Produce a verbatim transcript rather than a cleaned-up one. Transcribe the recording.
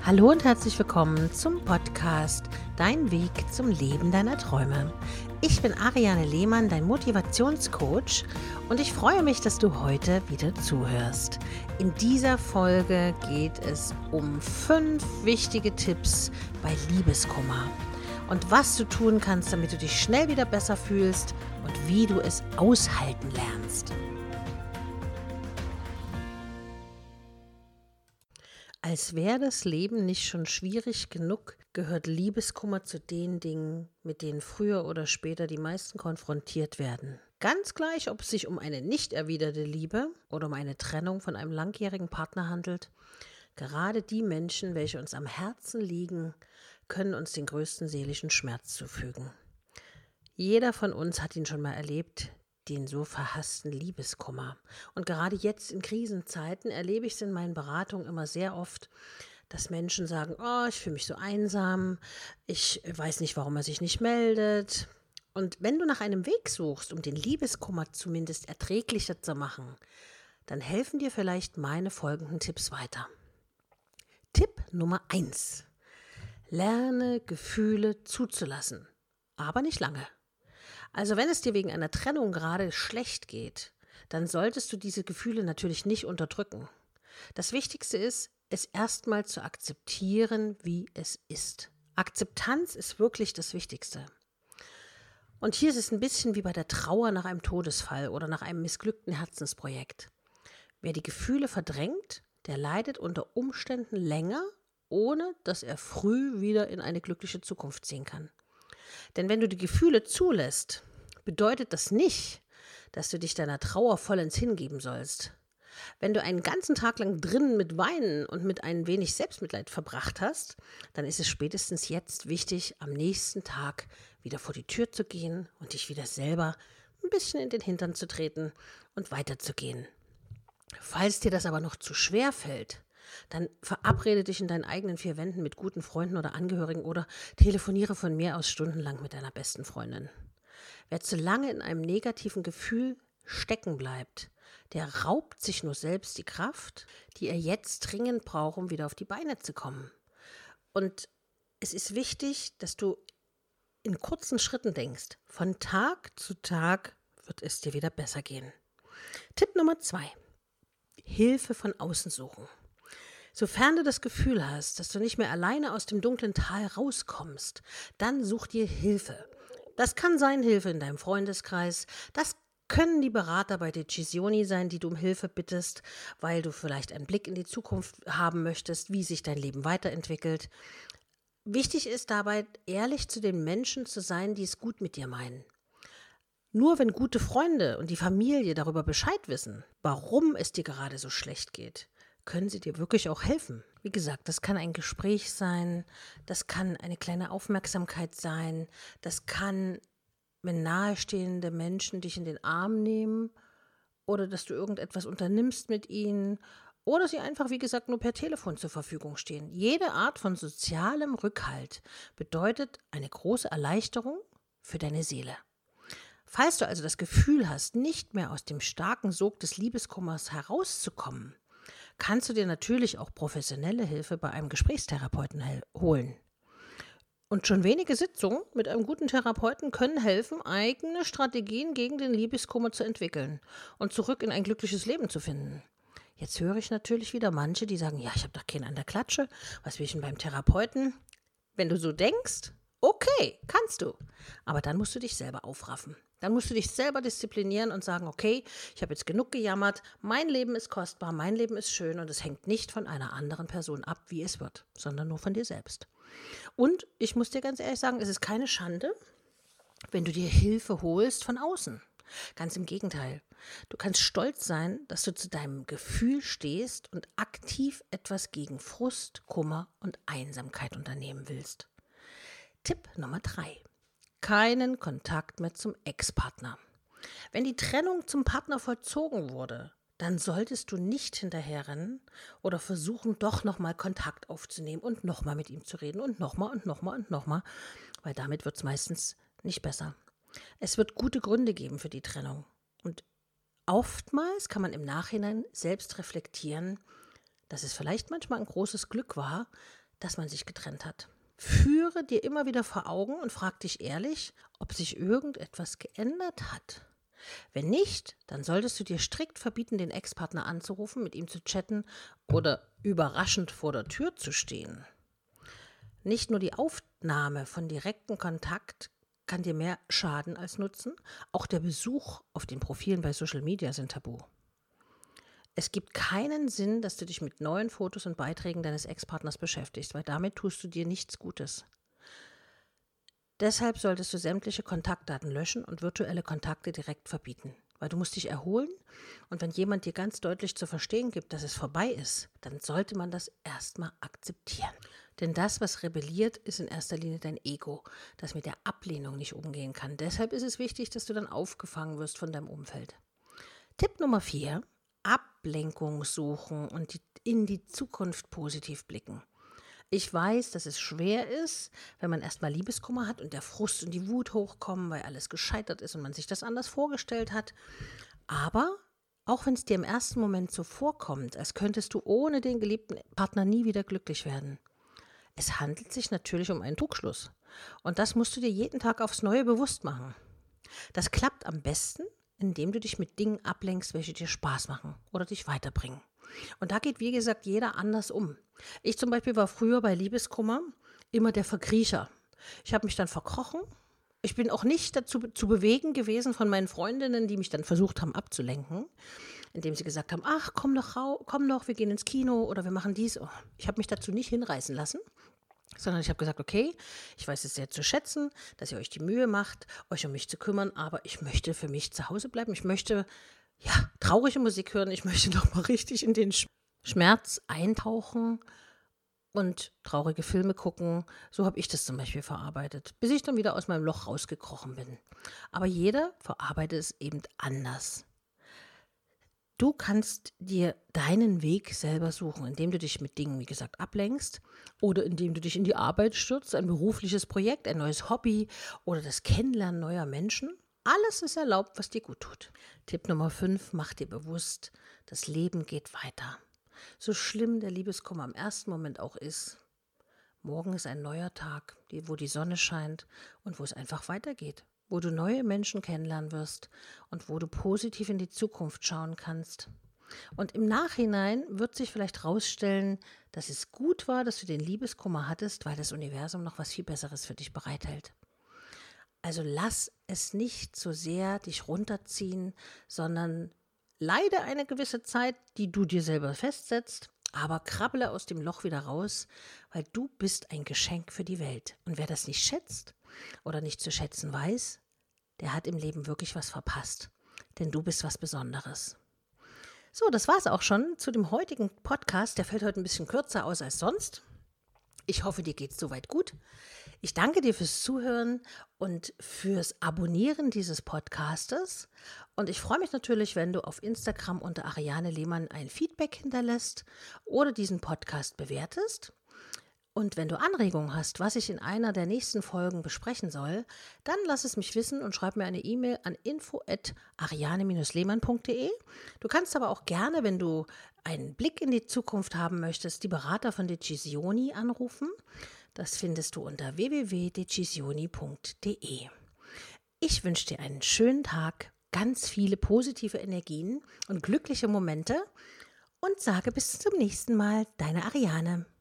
Hallo und herzlich willkommen zum Podcast Dein Weg zum Leben deiner Träume. Ich bin Ariane Lehmann, dein Motivationscoach, und ich freue mich, dass du heute wieder zuhörst. In dieser Folge geht es um fünf wichtige Tipps bei Liebeskummer und was du tun kannst, damit du dich schnell wieder besser fühlst und wie du es aushalten lernst. Als wäre das Leben nicht schon schwierig genug, gehört Liebeskummer zu den Dingen, mit denen früher oder später die meisten konfrontiert werden. Ganz gleich, ob es sich um eine nicht erwiderte Liebe oder um eine Trennung von einem langjährigen Partner handelt. Gerade die Menschen, welche uns am Herzen liegen, können uns den größten seelischen Schmerz zufügen. Jeder von uns hat ihn schon mal erlebt, den so verhassten Liebeskummer. Und gerade jetzt in Krisenzeiten erlebe ich es in meinen Beratungen immer sehr oft, dass Menschen sagen, oh, ich fühle mich so einsam, ich weiß nicht, warum er sich nicht meldet. Und wenn du nach einem Weg suchst, um den Liebeskummer zumindest erträglicher zu machen, dann helfen dir vielleicht meine folgenden Tipps weiter. Tipp Nummer eins. Lerne Gefühle zuzulassen, aber nicht lange. Also wenn es dir wegen einer Trennung gerade schlecht geht, dann solltest du diese Gefühle natürlich nicht unterdrücken. Das Wichtigste ist, es erstmal zu akzeptieren, wie es ist. Akzeptanz ist wirklich das Wichtigste. Und hier ist es ein bisschen wie bei der Trauer nach einem Todesfall oder nach einem missglückten Herzensprojekt. Wer die Gefühle verdrängt, der leidet unter Umständen länger, ohne dass er früh wieder in eine glückliche Zukunft ziehen kann. Denn wenn du die Gefühle zulässt, bedeutet das nicht, dass du dich deiner Trauer vollends hingeben sollst. Wenn du einen ganzen Tag lang drinnen mit Weinen und mit ein wenig Selbstmitleid verbracht hast, dann ist es spätestens jetzt wichtig, am nächsten Tag wieder vor die Tür zu gehen und dich wieder selber ein bisschen in den Hintern zu treten und weiterzugehen. Falls dir das aber noch zu schwer fällt, dann verabrede dich in deinen eigenen vier Wänden mit guten Freunden oder Angehörigen oder telefoniere von mir aus stundenlang mit deiner besten Freundin. Wer zu lange in einem negativen Gefühl stecken bleibt, der raubt sich nur selbst die Kraft, die er jetzt dringend braucht, um wieder auf die Beine zu kommen. Und es ist wichtig, dass du in kurzen Schritten denkst. Von Tag zu Tag wird es dir wieder besser gehen. Tipp Nummer zwei. Hilfe von außen suchen. Sofern du das Gefühl hast, dass du nicht mehr alleine aus dem dunklen Tal rauskommst, dann such dir Hilfe. Das kann sein Hilfe in deinem Freundeskreis, das können die Berater bei Decisioni sein, die du um Hilfe bittest, weil du vielleicht einen Blick in die Zukunft haben möchtest, wie sich dein Leben weiterentwickelt. Wichtig ist dabei, ehrlich zu den Menschen zu sein, die es gut mit dir meinen. Nur wenn gute Freunde und die Familie darüber Bescheid wissen, warum es dir gerade so schlecht geht, können sie dir wirklich auch helfen. Wie gesagt, das kann ein Gespräch sein, das kann eine kleine Aufmerksamkeit sein, das kann, wenn nahestehende Menschen dich in den Arm nehmen oder dass du irgendetwas unternimmst mit ihnen oder sie einfach, wie gesagt, nur per Telefon zur Verfügung stehen. Jede Art von sozialem Rückhalt bedeutet eine große Erleichterung für deine Seele. Falls du also das Gefühl hast, nicht mehr aus dem starken Sog des Liebeskummers herauszukommen, kannst du dir natürlich auch professionelle Hilfe bei einem Gesprächstherapeuten hel- holen. Und schon wenige Sitzungen mit einem guten Therapeuten können helfen, eigene Strategien gegen den Liebeskummer zu entwickeln und zurück in ein glückliches Leben zu finden. Jetzt höre ich natürlich wieder manche, die sagen, ja, ich habe doch keinen an der Klatsche, was will ich denn beim Therapeuten? Wenn du so denkst, okay, kannst du. Aber dann musst du dich selber aufraffen. Dann musst du dich selber disziplinieren und sagen, okay, ich habe jetzt genug gejammert, mein Leben ist kostbar, mein Leben ist schön und es hängt nicht von einer anderen Person ab, wie es wird, sondern nur von dir selbst. Und ich muss dir ganz ehrlich sagen, es ist keine Schande, wenn du dir Hilfe holst von außen. Ganz im Gegenteil. Du kannst stolz sein, dass du zu deinem Gefühl stehst und aktiv etwas gegen Frust, Kummer und Einsamkeit unternehmen willst. Tipp Nummer drei. Keinen Kontakt mehr zum Ex-Partner. Wenn die Trennung zum Partner vollzogen wurde, dann solltest du nicht hinterherrennen oder versuchen, doch nochmal Kontakt aufzunehmen und nochmal mit ihm zu reden und nochmal und nochmal und nochmal, weil damit wird es meistens nicht besser. Es wird gute Gründe geben für die Trennung. Und oftmals kann man im Nachhinein selbst reflektieren, dass es vielleicht manchmal ein großes Glück war, dass man sich getrennt hat. Führe dir immer wieder vor Augen und frag dich ehrlich, ob sich irgendetwas geändert hat. Wenn nicht, dann solltest du dir strikt verbieten, den Ex-Partner anzurufen, mit ihm zu chatten oder überraschend vor der Tür zu stehen. Nicht nur die Aufnahme von direktem Kontakt kann dir mehr schaden als nutzen, auch der Besuch auf den Profilen bei Social Media sind tabu. Es gibt keinen Sinn, dass du dich mit neuen Fotos und Beiträgen deines Ex-Partners beschäftigst, weil damit tust du dir nichts Gutes. Deshalb solltest du sämtliche Kontaktdaten löschen und virtuelle Kontakte direkt verbieten, weil du musst dich erholen und wenn jemand dir ganz deutlich zu verstehen gibt, dass es vorbei ist, dann sollte man das erstmal akzeptieren. Denn das, was rebelliert, ist in erster Linie dein Ego, das mit der Ablehnung nicht umgehen kann. Deshalb ist es wichtig, dass du dann aufgefangen wirst von deinem Umfeld. Tipp Nummer vier, Ablenkung suchen und die, in die Zukunft positiv blicken. Ich weiß, dass es schwer ist, wenn man erstmal Liebeskummer hat und der Frust und die Wut hochkommen, weil alles gescheitert ist und man sich das anders vorgestellt hat. Aber auch wenn es dir im ersten Moment so vorkommt, als könntest du ohne den geliebten Partner nie wieder glücklich werden, es handelt sich natürlich um einen Trugschluss. Und das musst du dir jeden Tag aufs Neue bewusst machen. Das klappt am besten, indem du dich mit Dingen ablenkst, welche dir Spaß machen oder dich weiterbringen. Und da geht, wie gesagt, jeder anders um. Ich zum Beispiel war früher bei Liebeskummer immer der Verkriecher. Ich habe mich dann verkrochen. Ich bin auch nicht dazu zu bewegen gewesen von meinen Freundinnen, die mich dann versucht haben abzulenken, indem sie gesagt haben, ach, komm doch, rau- komm doch, wir gehen ins Kino oder wir machen dies. Oh, ich habe mich dazu nicht hinreißen lassen, sondern ich habe gesagt, okay, ich weiß es sehr zu schätzen, dass ihr euch die Mühe macht, euch um mich zu kümmern, aber ich möchte für mich zu Hause bleiben. Ich möchte ja traurige Musik hören, ich möchte noch mal richtig in den Schmerz eintauchen und traurige Filme gucken. So habe ich das zum Beispiel verarbeitet, bis ich dann wieder aus meinem Loch rausgekrochen bin. Aber jeder verarbeitet es eben anders. Du kannst dir deinen Weg selber suchen, indem du dich mit Dingen, wie gesagt, ablenkst oder indem du dich in die Arbeit stürzt, ein berufliches Projekt, ein neues Hobby oder das Kennenlernen neuer Menschen. Alles ist erlaubt, was dir gut tut. Tipp Nummer fünf, mach dir bewusst, das Leben geht weiter. So schlimm der Liebeskummer im ersten Moment auch ist, morgen ist ein neuer Tag, wo die Sonne scheint und wo es einfach weitergeht, wo du neue Menschen kennenlernen wirst und wo du positiv in die Zukunft schauen kannst. Und im Nachhinein wird sich vielleicht herausstellen, dass es gut war, dass du den Liebeskummer hattest, weil das Universum noch was viel Besseres für dich bereithält. Also lass es nicht so sehr dich runterziehen, sondern leide eine gewisse Zeit, die du dir selber festsetzt, aber krabble aus dem Loch wieder raus, weil du bist ein Geschenk für die Welt. Und wer das nicht schätzt oder nicht zu schätzen weiß, der hat im Leben wirklich was verpasst. Denn du bist was Besonderes. So, das war es auch schon zu dem heutigen Podcast. Der fällt heute ein bisschen kürzer aus als sonst. Ich hoffe, dir geht es soweit gut. Ich danke dir fürs Zuhören und fürs Abonnieren dieses Podcastes. Und ich freue mich natürlich, wenn du auf Instagram unter Ariane Lehmann ein Feedback hinterlässt oder diesen Podcast bewertest. Und wenn du Anregungen hast, was ich in einer der nächsten Folgen besprechen soll, dann lass es mich wissen und schreib mir eine E-Mail an info at ariane dash lehmann punkt de. Du kannst aber auch gerne, wenn du einen Blick in die Zukunft haben möchtest, die Berater von Decisioni anrufen. Das findest du unter w w w punkt decisioni punkt de. Ich wünsche dir einen schönen Tag, ganz viele positive Energien und glückliche Momente und sage bis zum nächsten Mal, deine Ariane.